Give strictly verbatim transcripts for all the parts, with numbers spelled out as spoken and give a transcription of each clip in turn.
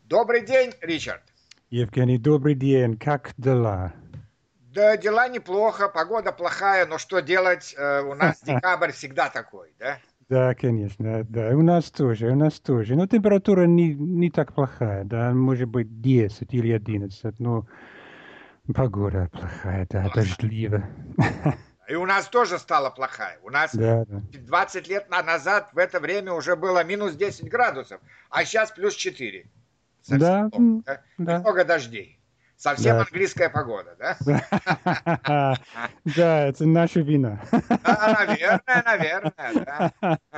Добрый день, Ричард. Евгений, добрый день. Как дела? Да, дела неплохо, погода плохая, но что делать? Э, у нас декабрь всегда такой, да? Да, конечно, да. У нас тоже, у нас тоже. Но температура не, не так плохая, да. Может быть, десять или одиннадцать, но погода плохая, да, Плохая. дождливо. И у нас тоже стала плохая. У нас Да, да. двадцать лет на- назад в это время уже было минус десять градусов, а сейчас плюс четыре. Совсем Да, плохо, м, да? И да, много дождей. Совсем да. английская погода, да? Да, это наша вина. Да, наверное, наверное, да.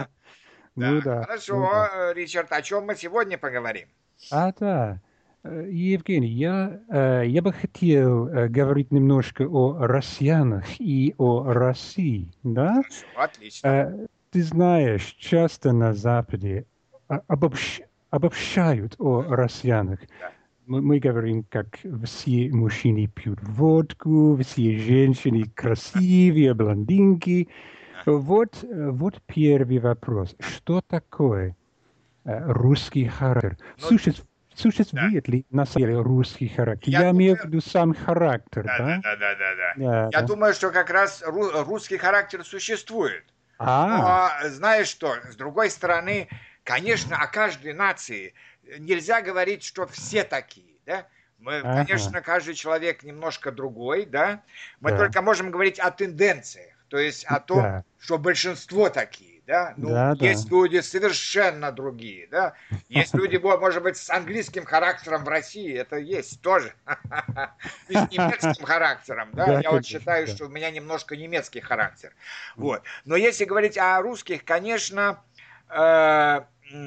Ну Да, да, ну хорошо, да. э, Ричард, о чем мы сегодня поговорим? А, да. Э, Евгений, я, э, я бы хотел э, говорить немножко о россиянах и о России, да? Хорошо, отлично. Э, Ты знаешь, часто на Западе а- обобщ- обобщают о россиянах. Да. Мы, мы говорим, как все мужчины пьют водку, все женщины красивые, блондинки. Вот, э, вот первый вопрос. Что такое э, русский характер? Ну, Суще- да. Существует ли на самом деле русский характер? Я Я имею в думаю, виду сам характер, да, да, да? да, да, да, да. Да. Я думаю, что как раз ру- русский характер существует. А, Но знаешь что, с другой стороны, конечно, о каждой нации нельзя говорить, что все такие, да? Мы, ага, конечно, каждый человек немножко другой, да? Мы да, только можем говорить о тенденциях, то есть о том, да, что большинство такие, да? Ну, да, да. есть люди совершенно другие, да? Есть люди, может быть, с английским характером в России, это есть тоже. И с немецким характером, да? Да, Я вот конечно, считаю, да. что у меня немножко немецкий характер. М, Вот. Но если говорить о русских, конечно, э,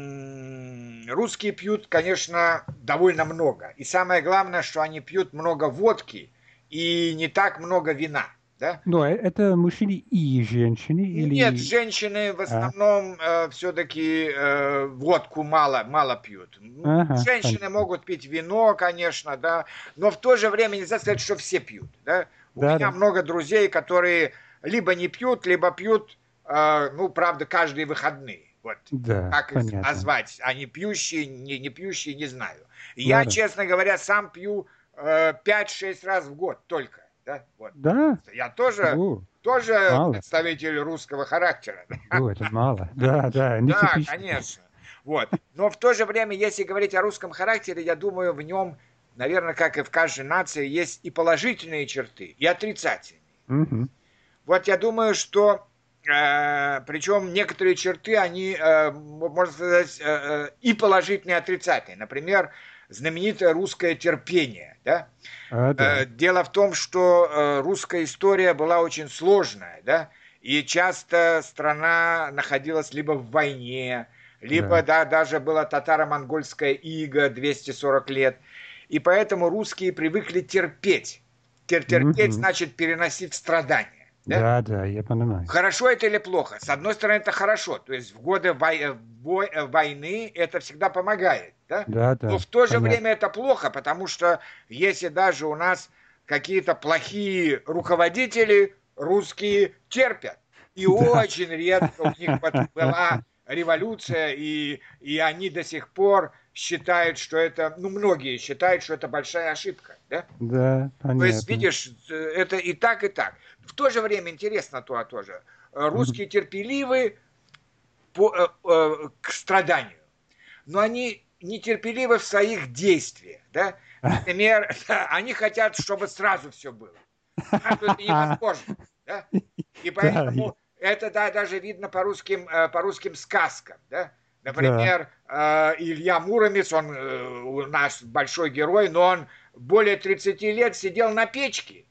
русские пьют, конечно, довольно много. И самое главное, что они пьют много водки и не так много вина. Да? Ну, э, это мужчины и женщины Нет, или... женщины в А, основном э, все-таки э, водку мало, мало пьют. ага, Женщины понятно. могут пить вино, конечно, да, но в то же время нельзя сказать, что все пьют. Да? У Да, меня да, много друзей, которые либо не пьют, либо пьют, э, ну, правда, каждые выходные. Вот. да, Как их понятно. назвать? Они пьющие, не, не пьющие, не знаю. Да, Я, да. честно говоря, сам пью э, пять-шесть раз в год только. Да? Вот, Да? я тоже О, тоже мало. представитель русского характера. О, это мало. Да, да, Да, нетипично. конечно. Вот. Но в то же время, если говорить о русском характере, я думаю, в нем, наверное, как и в каждой нации, есть и положительные черты, и отрицательные. Мгм. Вот я думаю, что э, причем некоторые черты, они, э, можно сказать, э, э, и положительные, и отрицательные. Например, знаменитое русское терпение. Да? А, Э, да, дело в том, что э, русская история была очень сложная, да, и часто страна находилась либо в войне, либо да. да, даже была татаро-монгольская ига двести сорок лет. И поэтому русские привыкли терпеть. Тер- Терпеть Мгм. значит переносить страдания. Да? Да, да, я понимаю. Хорошо это или плохо? С одной стороны, это хорошо. То есть в годы вой- вой- войны это всегда помогает. Да? Да, Но да, в то же понятно. время это плохо, потому что если даже у нас какие-то плохие руководители, русские терпят. И Да. очень редко у них вот была революция, и, и они до сих пор считают, что это, ну, многие считают, что это большая ошибка. Да? Да, То есть, понятно. видишь, это и так, и так. В то же время интересно то, а тоже. Мгм. Русские терпеливы по, э, э, к страданию, но они нетерпеливы в своих действиях. Да? Например, они хотят, чтобы сразу все было. Сразу это невозможно. Да? И Да, я- поэтому это да, даже видно по русским, э, по русским сказкам. Да? да. Например, э, Илья Муромец, он э, наш большой герой, но он более тридцати лет сидел на печке.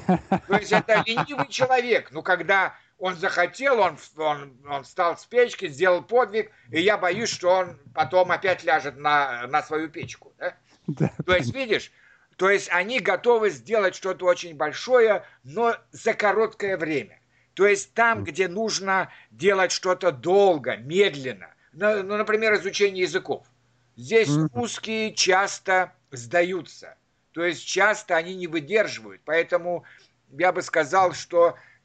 То есть это ленивый человек. Ну, когда он захотел, он, он, он встал с печки, сделал подвиг, и я боюсь, что он потом опять ляжет на, на свою печку. Да? Да, То есть, понятно. видишь, то есть они готовы сделать что-то очень большое, но за короткое время. То есть там, где нужно делать что-то долго, медленно, ну, например, изучение языков. Здесь Мгм. русские часто сдаются, то есть часто они не выдерживают. Поэтому я бы сказал, что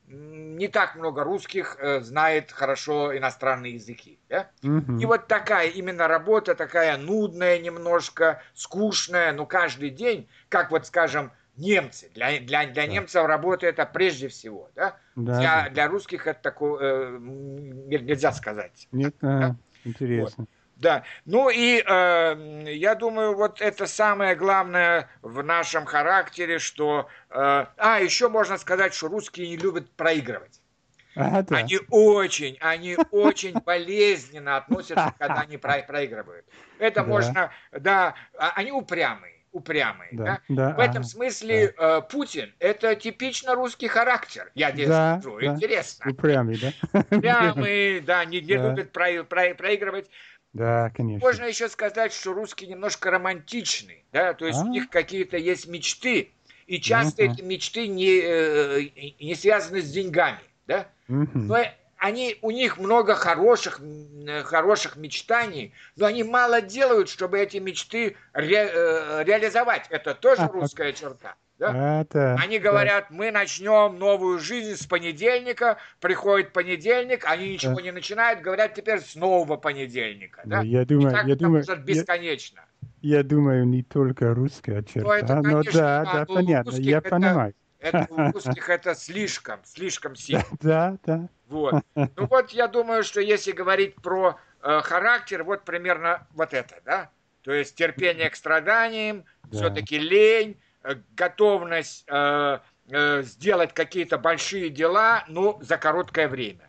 не так много русских э, знает хорошо иностранные языки. Да? Мгм. И вот такая именно работа, такая нудная немножко, скучная, но каждый день, как вот, скажем, немцы. Для, для, для Да, немцев работа это прежде всего. Да? да, да. Для, для русских это такое э, нельзя сказать. Так, Нет, да? а, Вот. интересно. Да, ну и э, я думаю, вот это самое главное в нашем характере, что... Э, а, еще можно сказать, что русские не любят проигрывать. А, да. Они очень, они очень болезненно относятся, когда они про- проигрывают. Это Да, можно, да, а- они упрямые, упрямые. да, Да? да, В этом а, да. смысле э, Путин – это типично русский характер, я тебе Да, скажу. да. Интересно. Упрямый, да? Упрямый. Упрямые, да, не, не Да, любят про- про- проигрывать. да, конечно. Можно еще сказать, что русские немножко романтичны, да, то есть у А, них какие-то есть мечты, и часто мгм, эти мечты не, э, не связаны с деньгами, да, мгм. но они, у них много хороших, хороших мечтаний, но они мало делают, чтобы эти мечты ре, э, реализовать. Это тоже русская черта, да. А, да, Они да, говорят, мы начнем новую жизнь с понедельника, приходит понедельник, они да. ничего не начинают, говорят теперь с нового понедельника, Да, да? я И думаю, так я это думаю, может я, бесконечно. я думаю, не только русская Но это, черта, но конечно, да, да, да, но у понятно, русских я это, понимаю. это у русских это слишком, слишком Да, сильно. да, да. Вот. Ну вот я думаю, что если говорить про э, характер, вот примерно вот это, да? То есть терпение к страданиям, Да. все-таки лень, э, готовность э, э, сделать какие-то большие дела, ну, за короткое время.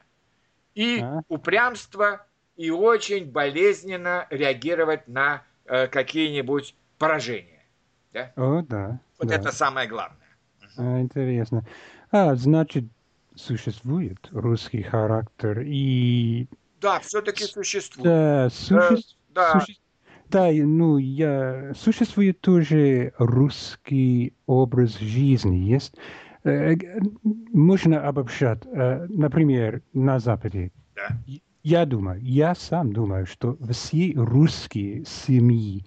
И А? упрямство, и очень болезненно реагировать на э, какие-нибудь поражения. Да? О, да, Вот да. это самое главное. А, интересно. А, значит, существует русский характер и Да, все-таки с- существует. да, Э, суще- да, суще- да, и, ну, я, существует тоже русский образ жизни, есть. Э, г- Можно обобщать, э, например, на Западе. да, И- Я думаю, я сам думаю, что все русские семьи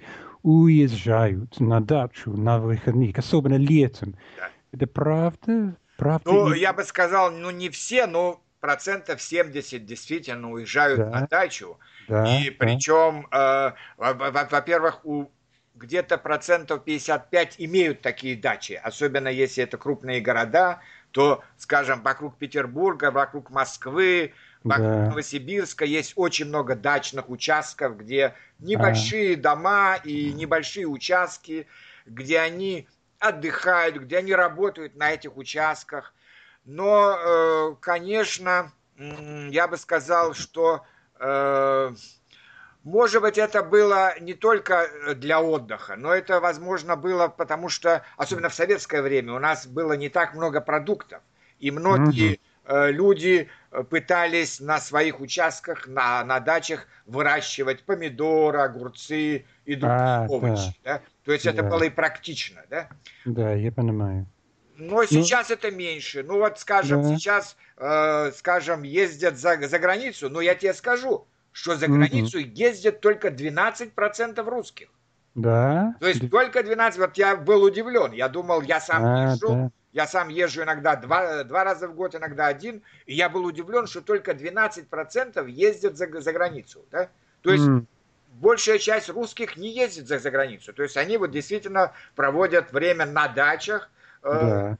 уезжают на дачу на выходных, особенно летом. да. Это правда? Правда Ну, я или... бы сказал, ну, не все, но процентов семьдесят действительно уезжают на Да, дачу. да, И да. причем, э, во- во- во-первых, у где-то процентов пятьдесят пять имеют такие дачи, особенно если это крупные города, то, скажем, вокруг Петербурга, вокруг Москвы, вокруг Да, Новосибирска есть очень много дачных участков, где а, небольшие дома и небольшие участки, где они отдыхают, где они работают на этих участках. Но, э, конечно, я бы сказал, что, э, может быть, это было не только для отдыха, но это, возможно, было потому, что, особенно в советское время, у нас было не так много продуктов. И мгм, многие э, люди пытались на своих участках, на, на дачах выращивать помидоры, огурцы и другие а, да, овощи. Да? То есть это было да, и практично. Да? да, я понимаю. Но Ну, сейчас это меньше. Ну вот, скажем, да, сейчас, э, скажем, ездят за, за границу, но я тебе скажу, что за мгм, границу ездят только двенадцать процентов русских. да, То есть д- только двенадцать. Вот я был удивлен. Я думал, я сам а, езжу, да, я сам езжу иногда два, два раза в год, иногда один, и я был удивлен, что только двенадцать процентов ездят за, за границу. Да? То есть м, большая часть русских не ездит за, за границу. То есть они вот действительно проводят время на дачах э, да,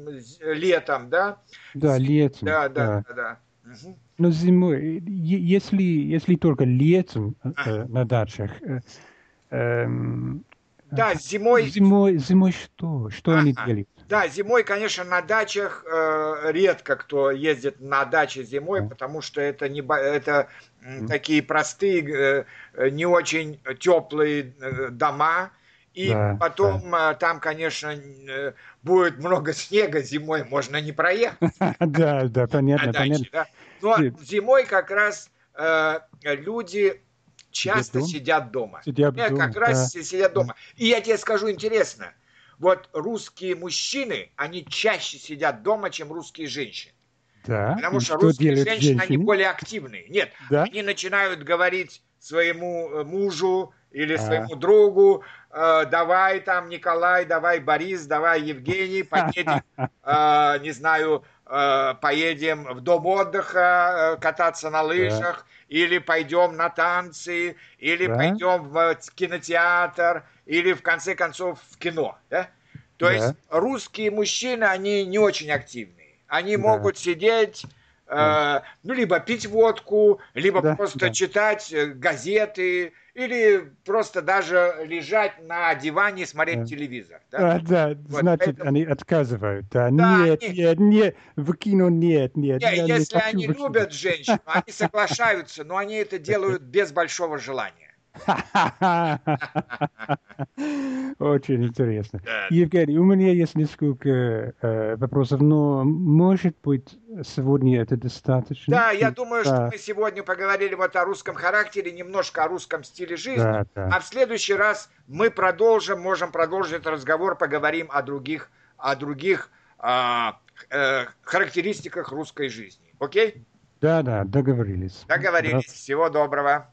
летом, да. да, Зи- летом, Да, да, да. да, да. Мгм. Но зимой, е- если, если только летом э, Ага. э, на дачах, э, эм, а, Да, зимой, зимой, зимой что? Что они ага. делают? Да, зимой, конечно, на дачах э, редко кто ездит на даче зимой, Да, потому что это не бо- это м, м, такие простые, э, э, не очень теплые э, дома. И да, да. потом э, там, конечно, э, будет много снега зимой, можно не проехать. Да, да, На понятно, понятно. даче, да. Но Э, зимой как раз э, люди Сидят часто дома? сидят дома. Сидят Э, как дома, раз да, си- сидят да. дома. И я тебе скажу интересно. Вот русские мужчины, они чаще сидят дома, чем русские женщины. Да, Потому и что что русские делают женщины, они женщины? более активные. Нет, Да, они начинают говорить своему э, мужу или а, своему другу, э, давай там, Николай, давай, Борис, давай, Евгений, поедем, э, не знаю, э, э, поедем в дом отдыха э, кататься на лыжах, да. Или пойдем на танцы, или да. Пойдем в кинотеатр, или в конце концов в кино. Да? То да. Есть русские мужчины, они не очень активные. Они да. Могут сидеть, э, да. Ну, либо пить водку, либо да. Просто да. Читать газеты, или просто даже лежать на диване и смотреть да. Телевизор. Да, а, да. Вот значит, поэтому... они отказывают. Да. Да, нет, они... нет, нет, в кино нет, нет. нет я если не они любят женщину, они соглашаются, но они это делают без большого желания. Очень интересно. Евгений, у меня есть несколько э, вопросов, но может быть сегодня это достаточно? Да, я думаю, да. Что мы сегодня поговорили вот о русском характере, немножко о русском стиле жизни, да, да. А в следующий раз мы продолжим, можем продолжить этот разговор, поговорим о других, о других э, э, характеристиках русской жизни. Окей? Да, да, договорились. Договорились. Да. Всего доброго.